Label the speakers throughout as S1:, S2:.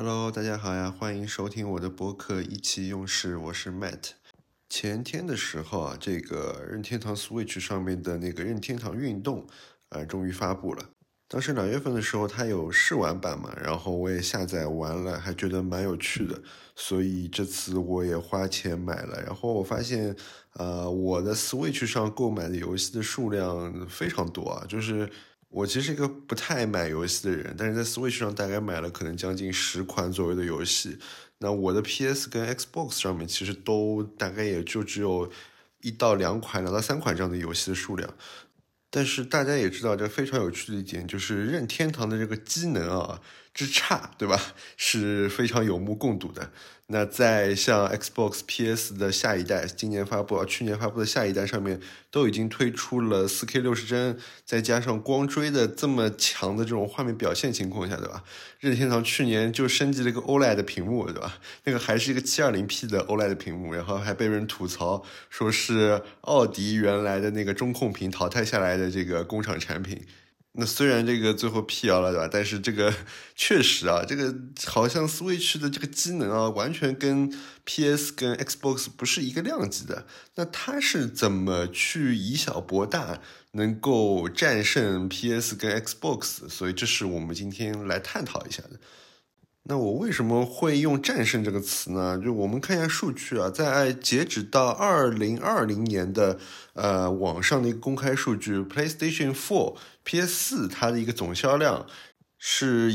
S1: Hello，大家好呀，欢迎收听我的播客一起用事，我是 Matt。前天的时候啊，这个任天堂 Switch 上面的那个任天堂运动，终于发布了。当时2月份的时候，它有试玩版嘛，然后我也下载玩了，还觉得蛮有趣的，所以这次我也花钱买了。然后我发现，我的 Switch 上购买的游戏的数量非常多啊，就是我其实是一个不太买游戏的人，但是在 Switch 上大概买了可能将近10款左右的游戏。那我的 PS 跟 Xbox 上面其实都大概也就只有1到2款、2到3款这样的游戏的数量。但是大家也知道，这非常有趣的一点就是任天堂的这个机能啊之差，对吧？是非常有目共睹的。那在像 Xbox、PS 的下一代，今年发布、去年发布的下一代上面，都已经推出了 4K 60帧，再加上光追的这么强的这种画面表现情况下，对吧？任天堂去年就升级了一个 OLED 的屏幕，对吧？那个还是一个 720P 的 OLED 屏幕，然后还被人吐槽说是奥迪原来的那个中控屏淘汰下来的这个工厂产品。那虽然这个最后辟谣了，对吧？但是这个确实啊，这个好像 Switch 的这个机能啊，完全跟 PS 跟 Xbox 不是一个量级的。那它是怎么去以小博大，能够战胜 PS 跟 Xbox？所以这是我们今天来探讨一下的。那我为什么会用战胜这个词呢？就我们看一下数据啊，在截止到2020年的网上的一个公开数据 ，PlayStation 4、PS4 它的一个总销量是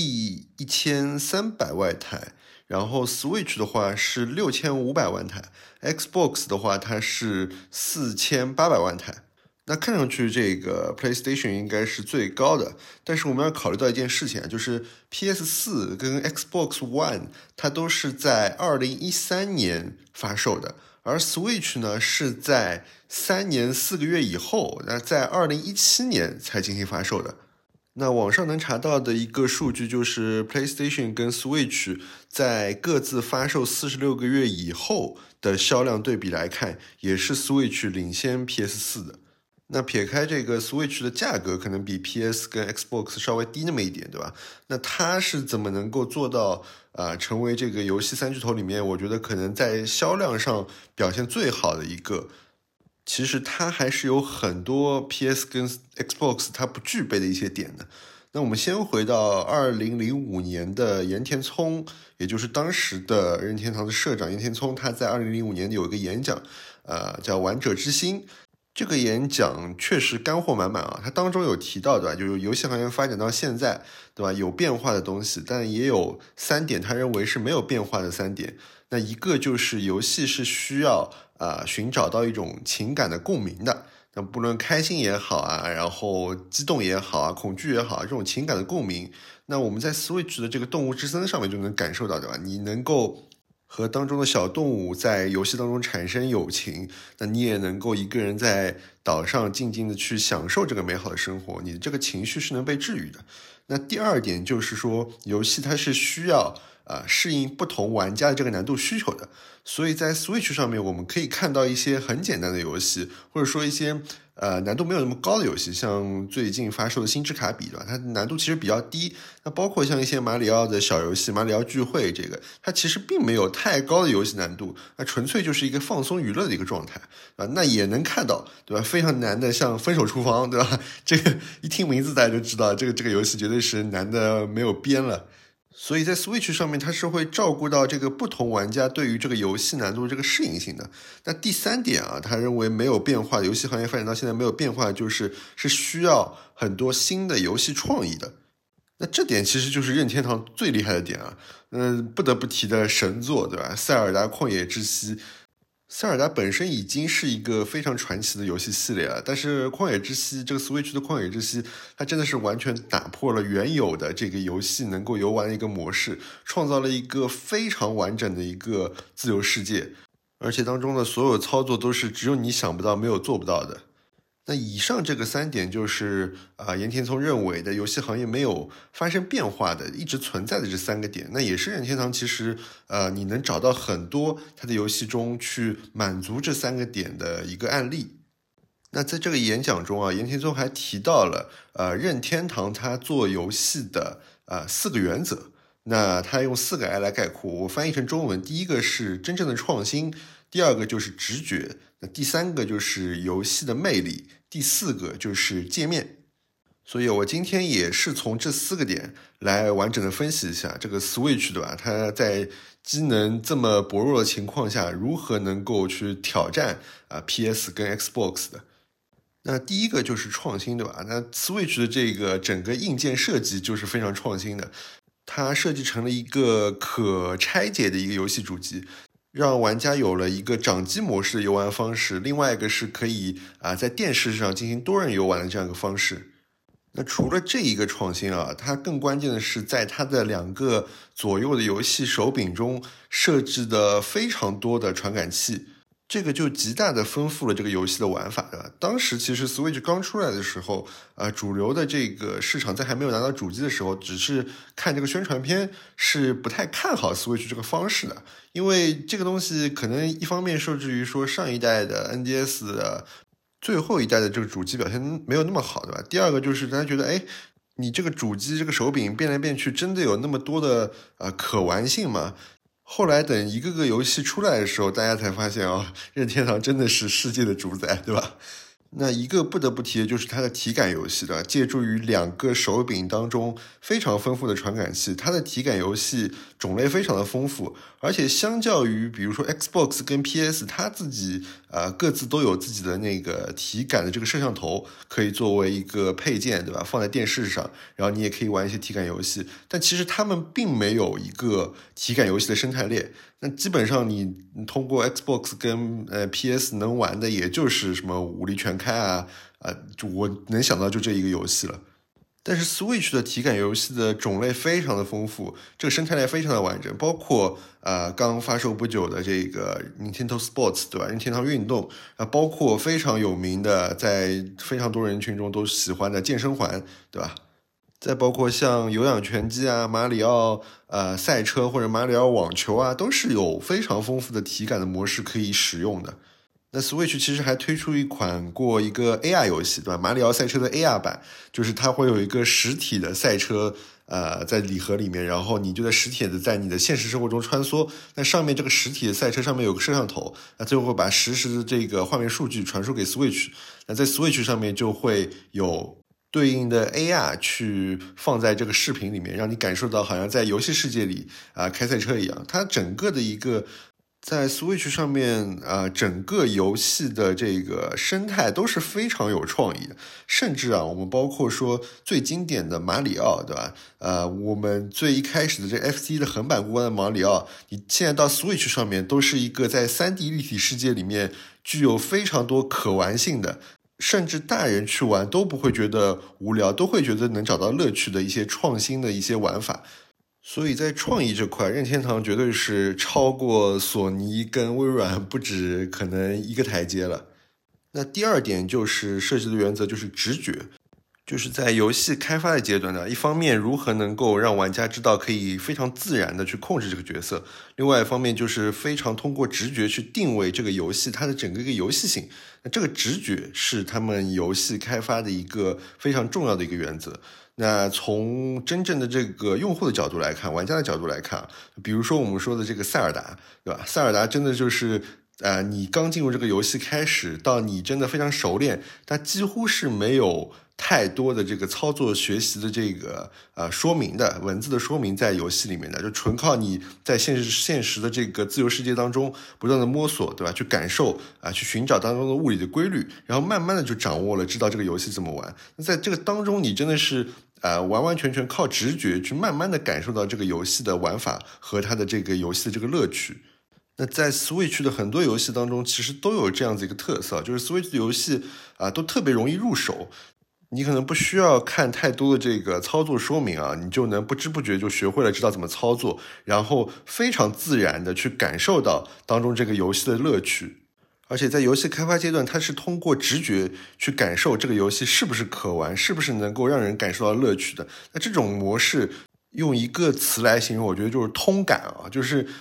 S1: 1亿1300万台，然后 Switch 的话是6500万台，Xbox 的话它是4800万台。那看上去这个 PlayStation 应该是最高的，但是我们要考虑到一件事情啊，就是 PS4 跟 Xbox One 它都是在2013年发售的，而 Switch 呢是在3年4个月以后，在2017年才进行发售的。那网上能查到的一个数据就是 PlayStation 跟 Switch 在各自发售46个月以后的销量对比来看，也是 Switch 领先 PS4 的。那撇开这个 Switch 的价格可能比 PS 跟 Xbox 稍微低那么一点，对吧？那它是怎么能够做到成为这个游戏三巨头里面，我觉得可能在销量上表现最好的一个？其实它还是有很多 PS 跟 Xbox 它不具备的一些点的。那我们先回到2005年的岩田聪，也就是当时的任天堂的社长岩田聪，他在2005年有一个演讲，叫玩者之心。这个演讲确实干货满满啊，它当中有提到的，就是游戏行业发展到现在，对吧？有变化的东西，但也有3点，他认为是没有变化的3点。那一个就是游戏是需要寻找到一种情感的共鸣的，那不论开心也好啊，然后激动也好啊，恐惧也好，这种情感的共鸣，那我们在 Switch 的这个动物之森上面就能感受到，对吧？你能够和当中的小动物在游戏当中产生友情，那你也能够一个人在岛上静静的去享受这个美好的生活，你的这个情绪是能被治愈的。那第2点就是说，游戏它是需要适应不同玩家的这个难度需求的，所以在 Switch 上面我们可以看到一些很简单的游戏，或者说一些难度没有那么高的游戏，像最近发售的星之卡比，对吧？它难度其实比较低。那包括像一些马里奥的小游戏，马里奥聚会，这个它其实并没有太高的游戏难度，那纯粹就是一个放松娱乐的一个状态啊。那也能看到，对吧？非常难的，像分手厨房，对吧？这个一听名字大家就知道，这个游戏绝对是难的没有边了。所以在 Switch 上面，它是会照顾到这个不同玩家对于这个游戏难度这个适应性的。那第3点啊，他认为没有变化，游戏行业发展到现在没有变化，是需要很多新的游戏创意的。那这点其实就是任天堂最厉害的点啊，不得不提的神作，对吧？塞尔达旷野之息。塞尔达本身已经是一个非常传奇的游戏系列了，但是旷野之息，这个 Switch 的旷野之息，它真的是完全打破了原有的这个游戏能够游玩的一个模式，创造了一个非常完整的一个自由世界，而且当中的所有操作都是只有你想不到没有做不到的。那以上这个3点就是岩田聪认为的游戏行业没有发生变化的一直存在的这3个点，那也是任天堂其实你能找到很多它的游戏中去满足这3个点的一个案例。那在这个演讲中啊，岩田聪还提到了任天堂它做游戏的4个原则。 那它用4个 I 来概括，我翻译成中文，第一个是真正的创新，第二个就是直觉，那第三个就是游戏的魅力，第四个就是界面。所以我今天也是从这4个点来完整的分析一下这个 Switch 对吧？它在机能这么薄弱的情况下，如何能够去挑战PS 跟 Xbox 的。那第一个就是创新对吧？那 Switch 的这个整个硬件设计就是非常创新的，它设计成了一个可拆解的一个游戏主机，让玩家有了一个掌机模式的游玩方式，另外一个是可以在电视上进行多人游玩的这样一个方式。那除了这一个创新它更关键的是在它的2个左右的游戏手柄中设置的非常多的传感器，这个就极大的丰富了这个游戏的玩法，对吧？当时其实 Switch 刚出来的时候，主流的这个市场在还没有拿到主机的时候，只是看这个宣传片是不太看好 Switch 这个方式的，因为这个东西可能一方面受制于说上一代的 NDS 的最后一代的这个主机表现没有那么好，对吧？第二个就是大家觉得，你这个主机这个手柄变来变去，真的有那么多的可玩性吗？后来等一个个游戏出来的时候，大家才发现任天堂真的是世界的主宰，对吧？那一个不得不提的就是它的体感游戏的，借助于2个手柄当中非常丰富的传感器，它的体感游戏种类非常的丰富，而且相较于比如说 Xbox 跟 PS， 它自己各自都有自己的那个体感的这个摄像头，可以作为一个配件，对吧？放在电视上，然后你也可以玩一些体感游戏，但其实他们并没有一个体感游戏的生态链。那基本上你通过 Xbox 跟PS 能玩的也就是什么武力全开就我能想到就这一个游戏了。但是 Switch 的体感游戏的种类非常的丰富，这个生态链非常的完整，包括刚发售不久的这个 Nintendo Sports 对吧？任天堂运动包括非常有名的在非常多人群中都喜欢的健身环对吧？再包括像有氧拳击马里奥赛车或者马里奥网球都是有非常丰富的体感的模式可以使用的。那 Switch 其实还推出一个 AR 游戏对吧？马里奥赛车的 AR 版，就是它会有一个实体的赛车在礼盒里面，然后你就在实体的在你的现实生活中穿梭，那上面这个实体的赛车上面有个摄像头，那最后会把实时的这个画面数据传输给 Switch， 那在 Switch 上面就会有对应的 AR 去放在这个视频里面，让你感受到好像在游戏世界里开赛车一样。它整个的一个在 Switch 上面整个游戏的这个生态都是非常有创意的，甚至我们包括说最经典的马里奥对吧？我们最一开始的这 FC 的横版过关的马里奥，你现在到 Switch 上面都是一个在 3D 立体世界里面具有非常多可玩性的，甚至大人去玩都不会觉得无聊，都会觉得能找到乐趣的一些创新的一些玩法。所以在创意这块，任天堂绝对是超过索尼跟微软不止可能一个台阶了。那第二点就是设计的原则，就是直觉，就是在游戏开发的阶段呢，一方面如何能够让玩家知道可以非常自然的去控制这个角色，另外一方面就是非常通过直觉去定位这个游戏它的整个一个游戏性。那这个直觉是他们游戏开发的一个非常重要的一个原则。那从真正的这个用户的角度来看，玩家的角度来看，比如说我们说的这个塞尔达，对吧？塞尔达真的就是你刚进入这个游戏开始到你真的非常熟练，它几乎是没有太多的这个操作学习的这个说明的文字的说明在游戏里面的，就纯靠你在现实的这个自由世界当中不断的摸索，对吧？去感受去寻找当中的物理的规律，然后慢慢的就掌握了知道这个游戏怎么玩。那在这个当中你真的是完完全全靠直觉去慢慢的感受到这个游戏的玩法和它的这个游戏的这个乐趣。那在 Switch 的很多游戏当中其实都有这样子一个特色，就是 Switch 的游戏都特别容易入手，你可能不需要看太多的这个操作说明你就能不知不觉就学会了知道怎么操作，然后非常自然的去感受到当中这个游戏的乐趣。而且在游戏开发阶段，它是通过直觉去感受这个游戏是不是可玩，是不是能够让人感受到乐趣的。那这种模式用一个词来形容，我觉得就是通感就是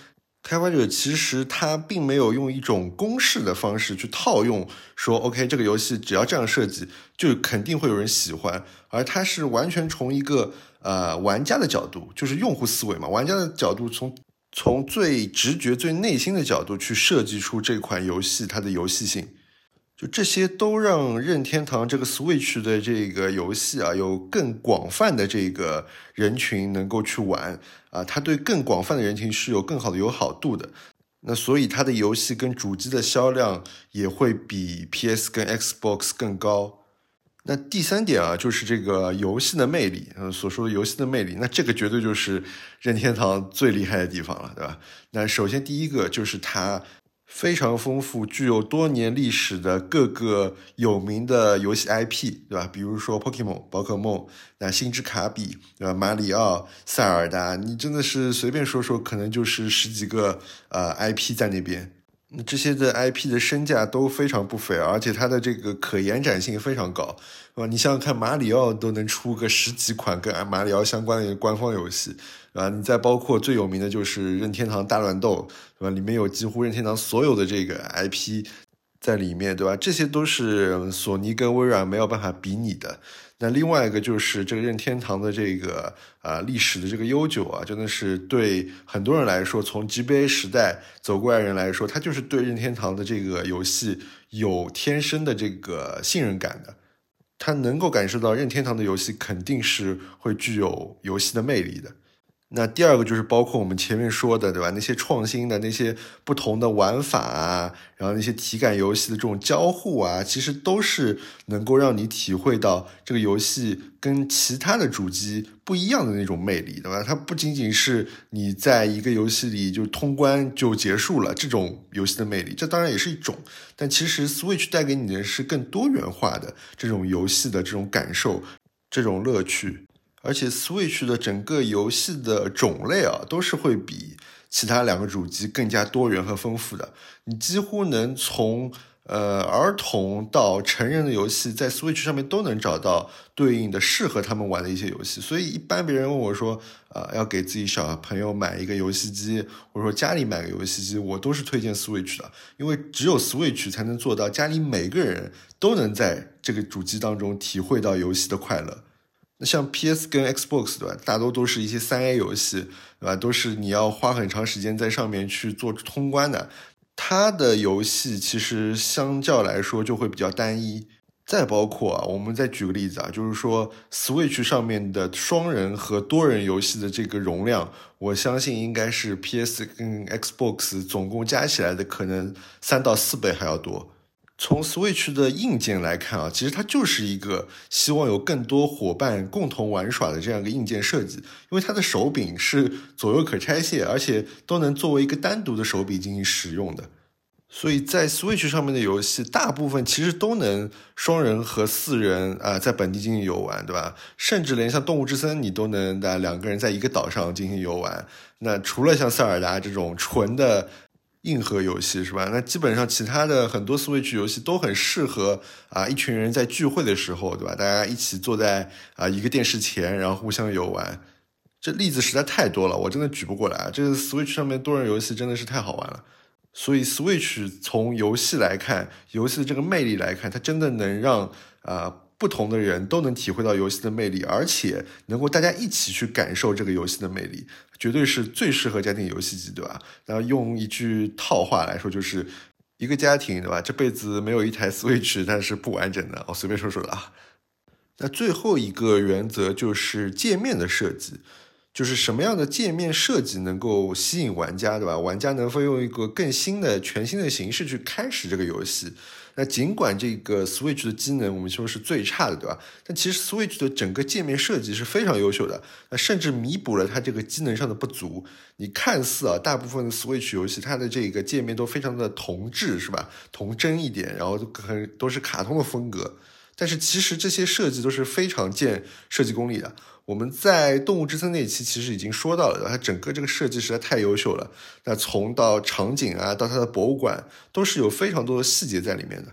S1: 开发者其实他并没有用一种公式的方式去套用说 OK 这个游戏只要这样设计就肯定会有人喜欢，而他是完全从一个玩家的角度，就是用户思维嘛，玩家的角度从最直觉最内心的角度去设计出这款游戏它的游戏性。就这些都让任天堂这个 Switch 的这个游戏有更广泛的这个人群能够去玩它对更广泛的人群是有更好的友好度的。那所以它的游戏跟主机的销量也会比 PS 跟 Xbox 更高。那第三点就是这个游戏的魅力，所说的游戏的魅力，那这个绝对就是任天堂最厉害的地方了，对吧？那首先第一个就是它非常丰富，具有多年历史的各个有名的游戏 IP， 对吧？比如说 Pokemon 宝可梦，那星之卡比，对吧？马里奥、塞尔达，你真的是随便说说，可能就是十几个IP 在那边。这些的 IP 的身价都非常不菲，而且它的这个可延展性非常高，你想想看，马里奥都能出个十几款跟马里奥相关的官方游戏，你再包括最有名的就是任天堂大乱斗，对吧？里面有几乎任天堂所有的这个 IP 在里面，对吧？这些都是索尼跟微软没有办法比拟的。那另外一个就是这个任天堂的这个历史的这个悠久真的是对很多人来说，从 GBA 时代走过来人来说，他就是对任天堂的这个游戏有天生的这个信任感的，他能够感受到任天堂的游戏肯定是会具有游戏的魅力的。那第二个就是包括我们前面说的，对吧？那些创新的那些不同的玩法然后那些体感游戏的这种交互其实都是能够让你体会到这个游戏跟其他的主机不一样的那种魅力，对吧？它不仅仅是你在一个游戏里就通关就结束了这种游戏的魅力，这当然也是一种，但其实 Switch 带给你的是更多元化的这种游戏的这种感受，这种乐趣。而且 Switch 的整个游戏的种类都是会比其他两个主机更加多元和丰富的。你几乎能从儿童到成人的游戏在 Switch 上面都能找到对应的适合他们玩的一些游戏。所以一般别人问我说要给自己小朋友买一个游戏机，或者说家里买个游戏机，我都是推荐 Switch 的，因为只有 Switch 才能做到家里每个人都能在这个主机当中体会到游戏的快乐。那像 PS 跟 Xbox 对吧，大多都是一些 3A 游戏，对吧？都是你要花很长时间在上面去做通关的，它的游戏其实相较来说就会比较单一。再包括我们再举个例子就是说 Switch 上面的双人和多人游戏的这个容量，我相信应该是 PS 跟 Xbox 总共加起来的可能3到4倍还要多。从 Switch 的硬件来看其实它就是一个希望有更多伙伴共同玩耍的这样一个硬件设计，因为它的手柄是左右可拆卸，而且都能作为一个单独的手柄进行使用的。所以在 Switch 上面的游戏大部分其实都能双人和4人在本地进行游玩，对吧？甚至连像动物之森你都能2个人在一个岛上进行游玩。那除了像塞尔达这种纯的硬核游戏是吧？那基本上其他的很多 Switch 游戏都很适合一群人在聚会的时候，对吧？大家一起坐在一个电视前，然后互相游玩。这例子实在太多了，我真的举不过来这个 Switch 上面多人游戏真的是太好玩了。所以 Switch 从游戏来看，游戏的这个魅力来看，它真的能让不同的人都能体会到游戏的魅力，而且能够大家一起去感受这个游戏的魅力，绝对是最适合家庭游戏机，对吧？然后用一句套话来说，就是一个家庭，对吧？这辈子没有一台 Switch 它是不完整的，我随便说说的那最后一个原则就是界面的设计，就是什么样的界面设计能够吸引玩家，对吧？玩家能否用一个更新的全新的形式去开始这个游戏。那尽管这个 Switch 的机能我们说是最差的，对吧？但其实 Switch 的整个界面设计是非常优秀的，那甚至弥补了它这个机能上的不足。你看似大部分的 Switch 游戏它的这个界面都非常的童稚，是吧？童真一点，然后都是卡通的风格。但是其实这些设计都是非常见设计功力的。我们在动物之森那一期其实已经说到了，它整个这个设计实在太优秀了。那从到场景到它的博物馆都是有非常多的细节在里面的。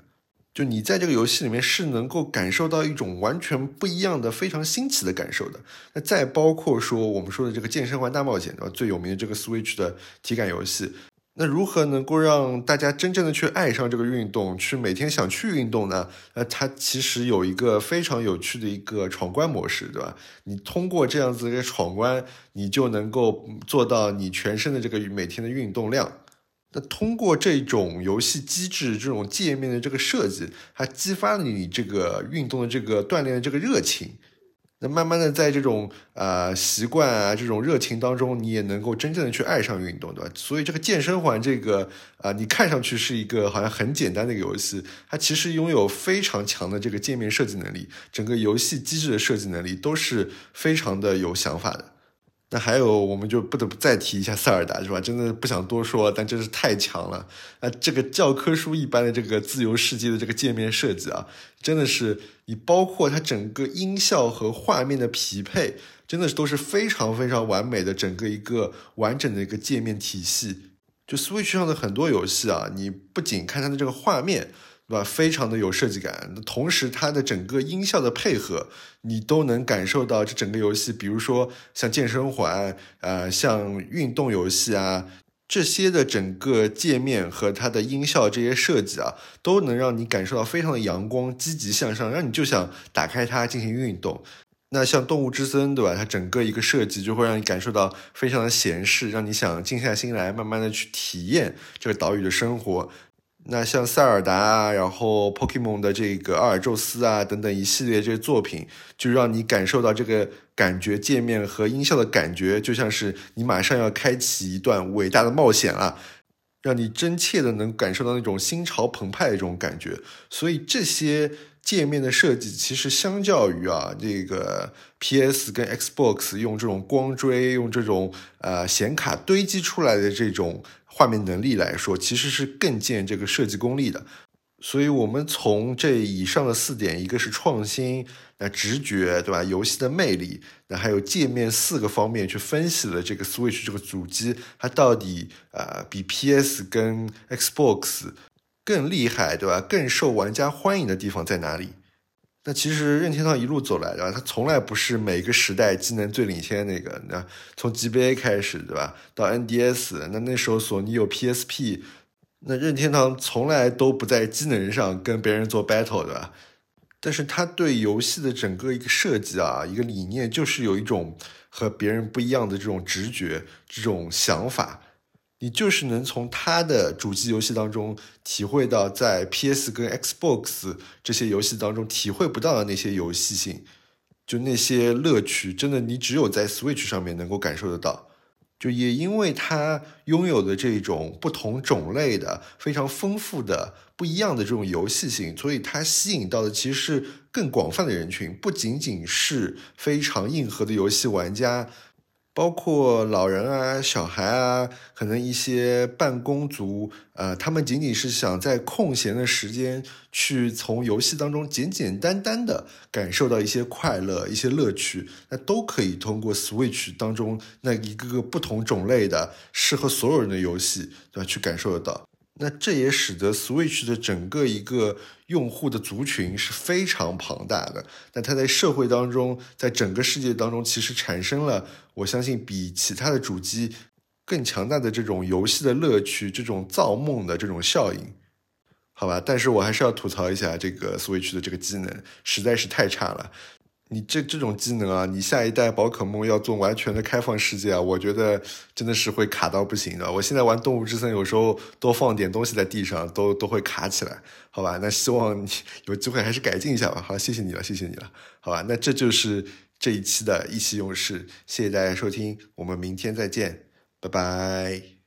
S1: 就你在这个游戏里面是能够感受到一种完全不一样的非常新奇的感受的。那再包括说我们说的这个健身环大冒险，最有名的这个 Switch 的体感游戏，那如何能够让大家真正的去爱上这个运动，去每天想去运动呢？它其实有一个非常有趣的一个闯关模式，对吧？你通过这样子的闯关，你就能够做到你全身的这个每天的运动量。那通过这种游戏机制、这种界面的这个设计，它激发了你这个运动的这个锻炼的这个热情。那慢慢的在这种习惯啊这种热情当中，你也能够真正的去爱上运动，对吧？所以这个健身环这个你看上去是一个好像很简单的一个游戏，它其实拥有非常强的这个界面设计能力，整个游戏机制的设计能力都是非常的有想法的。那还有，我们就不得不再提一下塞尔达，是吧？真的不想多说，但真是太强了。这个教科书一般的这个自由世界的这个界面设计啊，真的是你包括它整个音效和画面的匹配，真的是都是非常非常完美的整个一个完整的一个界面体系。就 Switch 上的很多游戏啊，你不仅看它的这个画面，对吧？非常的有设计感，同时它的整个音效的配合，你都能感受到这整个游戏，比如说像健身环，像运动游戏啊，这些的整个界面和它的音效这些设计啊，都能让你感受到非常的阳光、积极向上，让你就想打开它进行运动。那像动物之森，对吧？它整个一个设计就会让你感受到非常的闲适，让你想静下心来，慢慢的去体验这个岛屿的生活。那像塞尔达啊，然后 Pokemon 的这个阿尔宙斯啊等等一系列这些作品，就让你感受到这个感觉界面和音效的感觉，就像是你马上要开启一段伟大的冒险了，让你真切的能感受到那种心潮澎湃的这种感觉。所以这些界面的设计，其实相较于这个 PS 跟 Xbox 用这种光追、用这种显卡堆积出来的这种画面能力来说，其实是更见这个设计功力的。所以我们从这以上的4点，一个是创新，那直觉，对吧？游戏的魅力，那还有界面4个方面去分析了这个 Switch 这个主机，它到底比 PS 跟 Xbox 更厉害，对吧？更受玩家欢迎的地方在哪里？那其实任天堂一路走来，对吧？它从来不是每个时代机能最领先的那个。那从 GBA 开始，对吧？到 NDS，那时候索尼有 PSP，那任天堂从来都不在机能上跟别人做 battle，对吧？但是他对游戏的整个一个设计啊，一个理念，就是有一种和别人不一样的这种直觉，这种想法。你就是能从它的主机游戏当中体会到在 PS 跟 Xbox 这些游戏当中体会不到的那些游戏性，就那些乐趣，真的你只有在 Switch 上面能够感受得到。就也因为它拥有的这种不同种类的非常丰富的不一样的这种游戏性，所以它吸引到的其实是更广泛的人群，不仅仅是非常硬核的游戏玩家，包括老人啊、小孩啊，可能一些办公族，他们仅仅是想在空闲的时间去从游戏当中简简单单的感受到一些快乐、一些乐趣，那都可以通过 Switch 当中那一个个不同种类的适合所有人的游戏，对吧，去感受得到。那这也使得 Switch 的整个一个用户的族群是非常庞大的。那它在社会当中，在整个世界当中，其实产生了我相信比其他的主机更强大的这种游戏的乐趣，这种造梦的这种效应。好吧，但是我还是要吐槽一下这个 Switch 的这个机能实在是太差了。你这种机能啊，你下一代宝可梦要做完全的开放世界啊，我觉得真的是会卡到不行的。我现在玩动物之森，有时候多放点东西在地上都会卡起来，好吧？那希望你有机会还是改进一下吧。好，谢谢你了，谢谢你了。好吧，那这就是这一期的意气用事，谢谢大家收听，我们明天再见，拜拜。